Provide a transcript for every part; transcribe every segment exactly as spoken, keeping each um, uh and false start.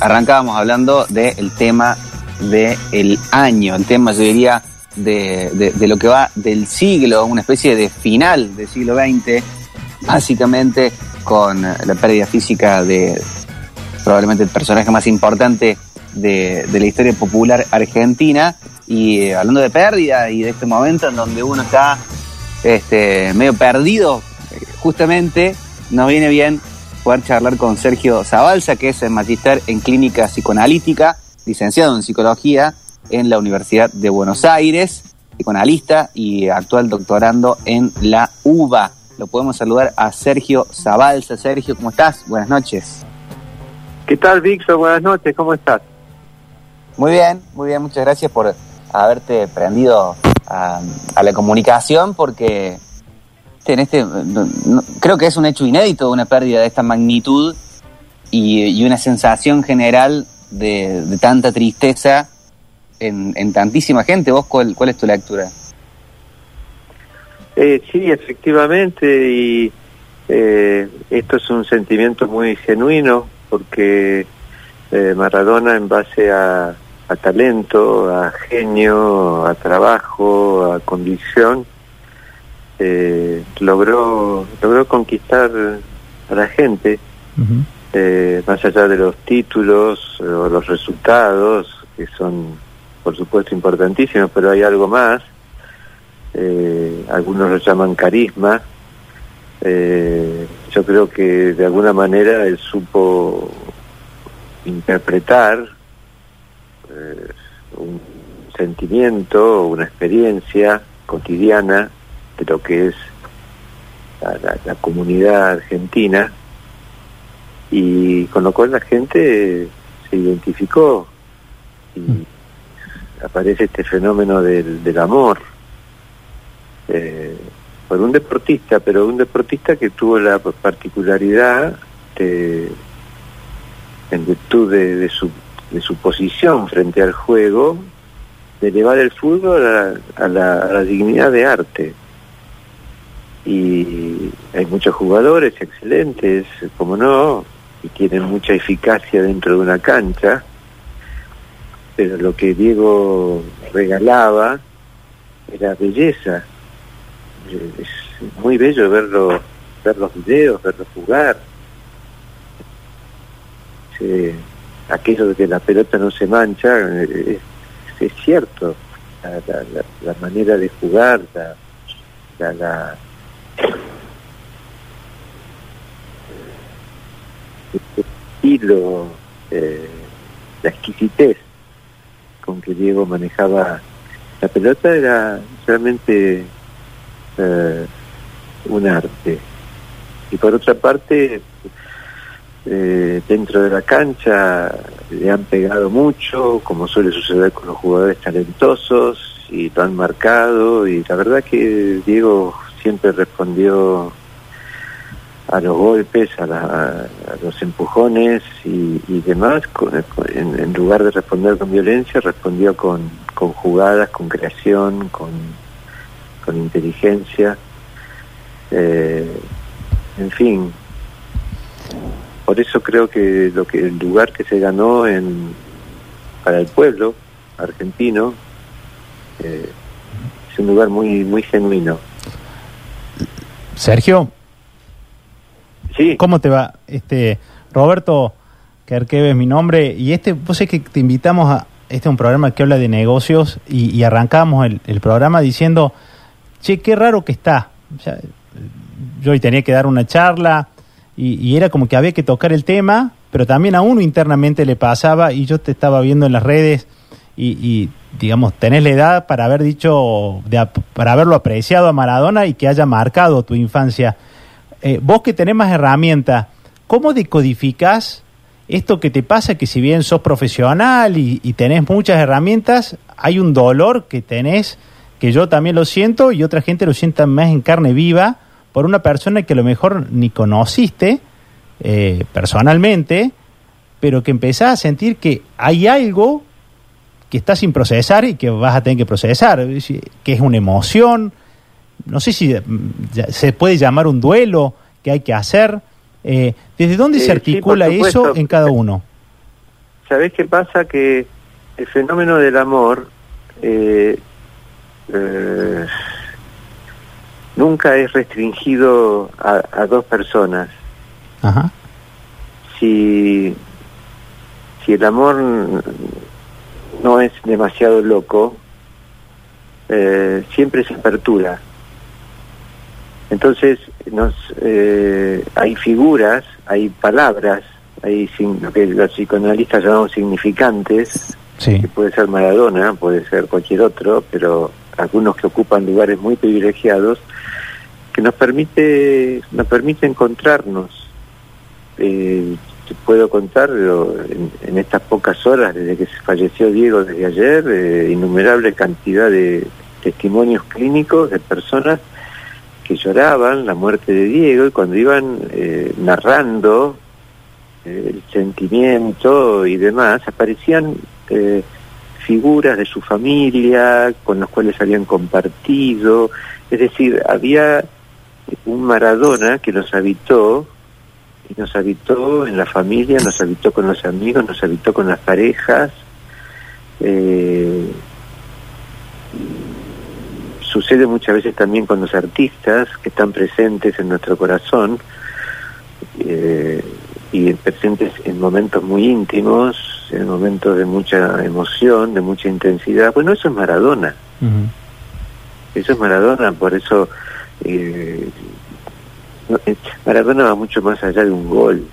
arrancábamos hablando del tema del año, el tema, yo diría, de, de, de lo que va del siglo, una especie de final del siglo veinte, básicamente con la pérdida física de probablemente el personaje más importante de, de la historia popular argentina. Y eh, hablando de pérdida y de este momento en donde uno está este, medio perdido, eh, justamente nos viene bien poder charlar con Sergio Zabalza, que es magíster en clínica psicoanalítica, licenciado en psicología en la Universidad de Buenos Aires, psicoanalista y actual doctorando en la U B A. Lo podemos saludar a Sergio Zabalza. Sergio, ¿cómo estás? Buenas noches. ¿Qué tal, Víctor? Buenas noches, ¿cómo estás? Muy bien, muy bien, muchas gracias por haberte prendido a, a la comunicación, porque en este no, no, creo que es un hecho inédito, una pérdida de esta magnitud y, y una sensación general de, de tanta tristeza en, en tantísima gente. ¿Vos cuál, cuál es tu lectura? Eh, sí, efectivamente, y eh, esto es un sentimiento muy genuino, porque eh, Maradona, en base a, a talento, a genio, a trabajo, a convicción, eh, logró logró conquistar a la gente, uh-huh. eh, más allá de los títulos o los resultados, que son por supuesto importantísimos, pero hay algo más. Eh, algunos lo llaman carisma. Eh, yo creo que de alguna manera él supo interpretar eh, un sentimiento, una experiencia cotidiana de lo que es la, la, la comunidad argentina, y con lo cual la gente se identificó y mm. aparece este fenómeno del, del amor eh, por un deportista, pero un deportista que tuvo la particularidad de, en virtud de, de su de su posición frente al juego, de elevar el fútbol a, a, la, a la dignidad de arte. Y hay muchos jugadores excelentes, como no, y tienen mucha eficacia dentro de una cancha, pero lo que Diego regalaba era belleza. Es muy bello verlo, ver los videos, verlo jugar. Sí, aquello de que la pelota no se mancha, es, es cierto. La, la, la, la manera de jugar, la, la, la el estilo, eh, la exquisitez con que Diego manejaba la pelota era realmente eh, un arte. Y por otra parte, eh, dentro de la cancha le han pegado mucho, como suele suceder con los jugadores talentosos, y lo han marcado, y la verdad que Diego siempre respondió a los golpes, a, la, a los empujones y, y demás, con, en, en lugar de responder con violencia, respondió con, con jugadas, con creación, con, con inteligencia, eh, en fin. Por eso creo que lo que el lugar que se ganó en para el pueblo argentino eh, es un lugar muy muy genuino. Sergio, sí. ¿Cómo te va? Este Roberto Kerkeve es mi nombre, y este, vos sabés que te invitamos a este es un programa que habla de negocios, y, y arrancamos el, el programa diciendo, che, qué raro que está. O sea, yo hoy tenía que dar una charla y, y era como que había que tocar el tema, pero también a uno internamente le pasaba, y yo te estaba viendo en las redes y, y digamos, tenés la edad para haber dicho, de, para haberlo apreciado a Maradona y que haya marcado tu infancia. Eh, vos que tenés más herramientas, ¿cómo decodificás esto que te pasa, que si bien sos profesional y, y tenés muchas herramientas, hay un dolor que tenés, que yo también lo siento y otra gente lo sienta más en carne viva, por una persona que a lo mejor ni conociste eh, personalmente, pero que empezás a sentir que hay algo que está sin procesar y que vas a tener que procesar, que es una emoción, no sé si se puede llamar un duelo que hay que hacer. Eh, ¿Desde dónde eh, se articula sí, eso en cada uno? ¿sabés qué pasa? Que el fenómeno del amor eh, eh, nunca es restringido a, a dos personas. Ajá. Si, si el amor no es demasiado loco, eh, siempre se apertura. Entonces nos eh, hay figuras, hay palabras, hay lo que los psicoanalistas llamamos significantes, sí. que puede ser Maradona, puede ser cualquier otro, pero algunos que ocupan lugares muy privilegiados, que nos permite nos permite encontrarnos. Eh, te puedo contar en, en estas pocas horas desde que se falleció Diego, desde ayer, eh, innumerable cantidad de testimonios clínicos de personas que lloraban la muerte de Diego, y cuando iban eh, narrando eh, el sentimiento y demás, aparecían eh, figuras de su familia con los cuales habían compartido. Es decir, había un Maradona que nos habitó, y nos habitó en la familia, nos habitó con los amigos, nos habitó con las parejas. Eh, sucede muchas veces también con los artistas que están presentes en nuestro corazón, eh, y presentes en momentos muy íntimos, en momentos de mucha emoción, de mucha intensidad. Bueno, eso es Maradona. Uh-huh. Eso es Maradona, por eso eh, no, eh, Maradona va mucho más allá de un gol.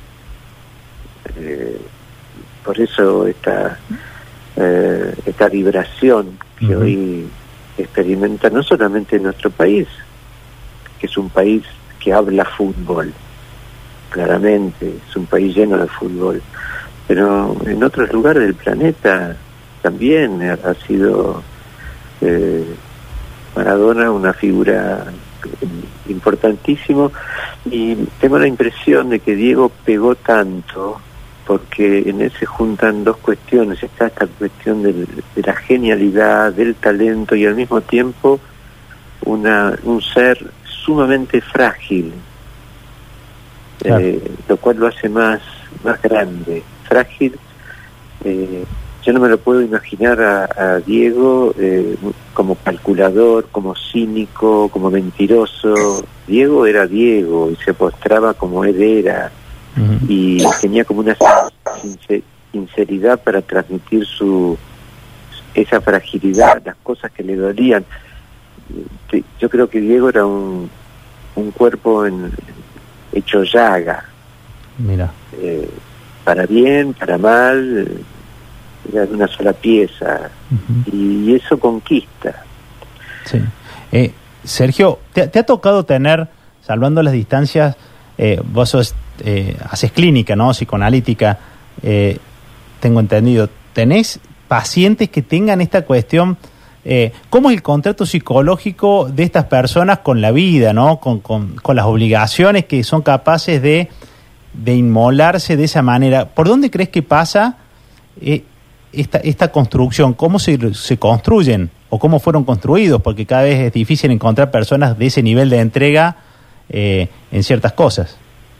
Eh, por eso esta, eh, esta vibración que uh-huh. hoy experimenta no solamente en nuestro país, que es un país que habla fútbol, claramente, es un país lleno de fútbol, pero en otros lugares del planeta también ha sido eh, Maradona una figura importantísimo, y tengo la impresión de que Diego pegó tanto porque en él se juntan dos cuestiones. Está esta cuestión del, de la genialidad, del talento, y al mismo tiempo una un ser sumamente frágil, claro. eh, lo cual lo hace más, más grande. Frágil, eh, yo no me lo puedo imaginar a, a Diego eh, como calculador, como cínico, como mentiroso. Diego era Diego y se postraba como él era. Y tenía como una sinceridad para transmitir su esa fragilidad, las cosas que le dolían. Yo creo que Diego era un, un cuerpo en, hecho llaga. Mira. Eh, para bien, para mal, era de una sola pieza. Uh-huh. Y eso conquista. Sí. Eh, Sergio, ¿te, te ha tocado tener, salvando las distancias, eh, vos sos Eh, haces clínica, ¿no? Psicoanalítica, eh, tengo entendido. ¿Tenés pacientes que tengan esta cuestión? Eh, ¿Cómo es el contrato psicológico de estas personas con la vida, ¿no? Con, con, con las obligaciones que son capaces de, de inmolarse de esa manera. ¿Por dónde crees que pasa eh, esta, esta construcción? ¿Cómo se, se construyen o cómo fueron construidos? Porque cada vez es difícil encontrar personas de ese nivel de entrega eh, en ciertas cosas.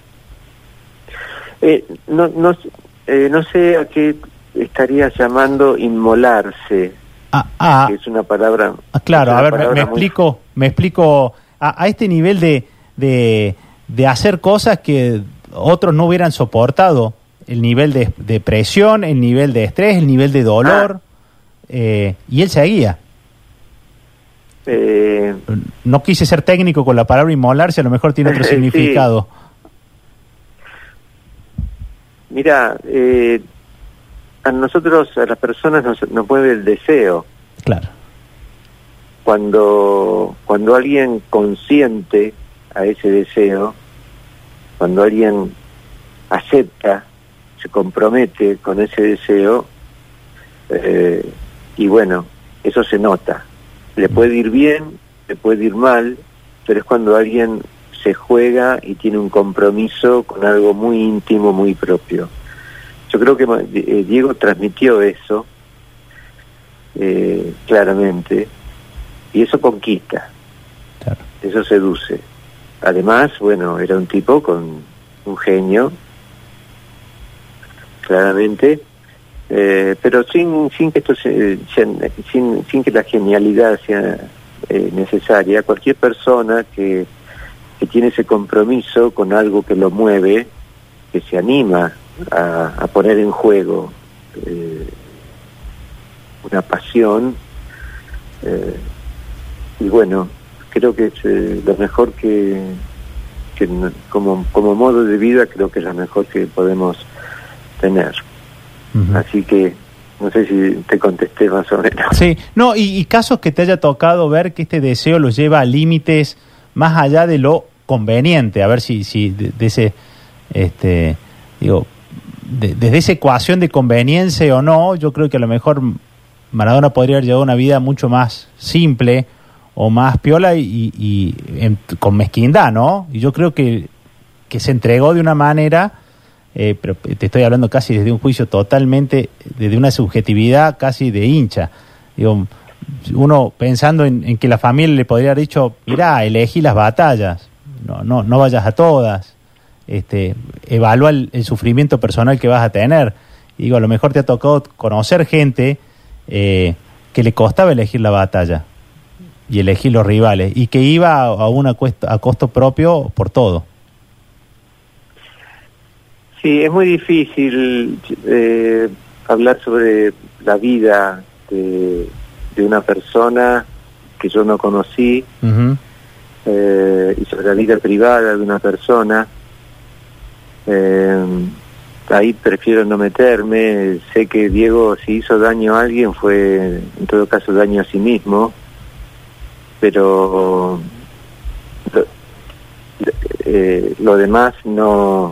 Eh, no no eh, no sé a qué estarías llamando inmolarse. Ah, ah, que es una palabra. Ah, claro, a ver, me, me muy... explico, me explico a, a este nivel de, de de hacer cosas que otros no hubieran soportado, el nivel de, de presión, el nivel de estrés, el nivel de dolor, ah. eh, y él seguía. Eh... No quise ser técnico con la palabra inmolarse, a lo mejor tiene otro significado. Sí. Mira, eh, a nosotros, a las personas nos, nos mueve el deseo. Claro. Cuando, cuando alguien consiente a ese deseo, cuando alguien acepta, se compromete con ese deseo, eh, y bueno, eso se nota. Le puede ir bien, le puede ir mal, pero es cuando alguien se juega y tiene un compromiso con algo muy íntimo, muy propio. Yo creo que eh, Diego transmitió eso eh, claramente, y eso conquista, claro. Eso seduce. Además, bueno, era un tipo con un genio, claramente, eh, pero sin sin que esto se, sea, sin sin que la genialidad sea eh, necesaria. Cualquier persona que que tiene ese compromiso con algo que lo mueve, que se anima a, a poner en juego eh, una pasión, eh, y bueno, creo que es eh, lo mejor que, que como, como modo de vida, creo que es lo mejor que podemos tener. Uh-huh. Así que no sé si te contesté más o menos. Sí, no, y, y casos que te haya tocado ver que este deseo los lleva a límites más allá de lo conveniente, a ver si, si de, de ese, este, digo, de, desde esa ecuación de conveniencia o no, yo creo que a lo mejor Maradona podría haber llevado una vida mucho más simple o más piola y, y, y en, con mezquindad, ¿no? Y yo creo que, que se entregó de una manera, eh, pero te estoy hablando casi desde un juicio totalmente, desde una subjetividad casi de hincha, digo, uno pensando en, en que la familia le podría haber dicho, mirá, elegí las batallas, no, no, no vayas a todas, este, evalúa el, el sufrimiento personal que vas a tener. Y digo, a lo mejor te ha tocado conocer gente eh, que le costaba elegir la batalla y elegir los rivales, y que iba a, a, una cuesta, a costo propio por todo. Sí, es muy difícil eh, hablar sobre la vida de, de una persona que yo no conocí, uh-huh. eh, y sobre la vida privada de una persona. Eh, ahí prefiero no meterme. Sé que Diego, si hizo daño a alguien, fue en todo caso daño a sí mismo, pero lo, eh, lo demás no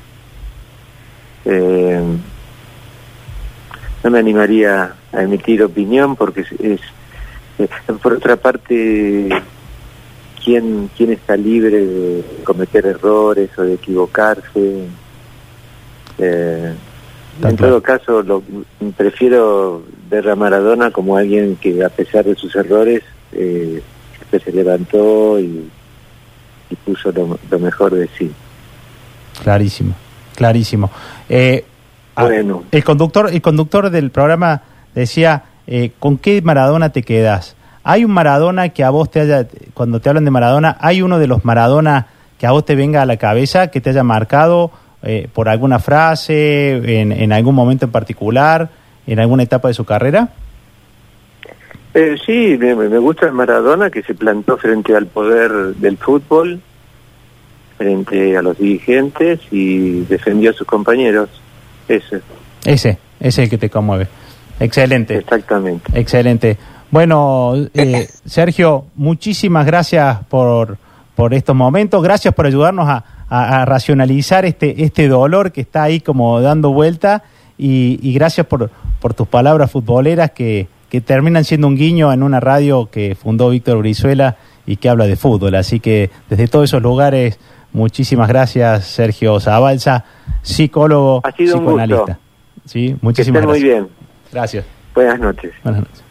eh, no me animaría a emitir opinión, porque es, es eh, por otra parte, ¿quién, quién está libre de cometer errores o de equivocarse? Eh, en todo caso, lo, prefiero ver a Maradona como alguien que, a pesar de sus errores, eh, se levantó y, y puso lo, lo mejor de sí. Clarísimo, clarísimo. Eh, bueno. El conductor, el conductor del programa decía, eh, ¿con qué Maradona te quedas? ¿Hay un Maradona que a vos te haya, cuando te hablan de Maradona, hay uno de los Maradona que a vos te venga a la cabeza, que te haya marcado eh, por alguna frase, en, en algún momento en particular, en alguna etapa de su carrera? Eh, sí, me, me gusta el Maradona que se plantó frente al poder del fútbol, frente a los dirigentes, y defendió a sus compañeros. Ese. Ese, ese es el que te conmueve. Excelente. Exactamente. Excelente. Bueno, eh, Sergio, muchísimas gracias por, por estos momentos. Gracias por ayudarnos a, a, a racionalizar este, este dolor que está ahí como dando vuelta, y, y gracias por, por tus palabras futboleras que, que terminan siendo un guiño en una radio que fundó Víctor Brizuela y que habla de fútbol. Así que desde todos esos lugares, muchísimas gracias, Sergio Zabalza, psicólogo, ha sido psicoanalista. Un gusto. Sí, muchísimas que estén gracias. Muy bien. Gracias. Buenas noches. Buenas noches.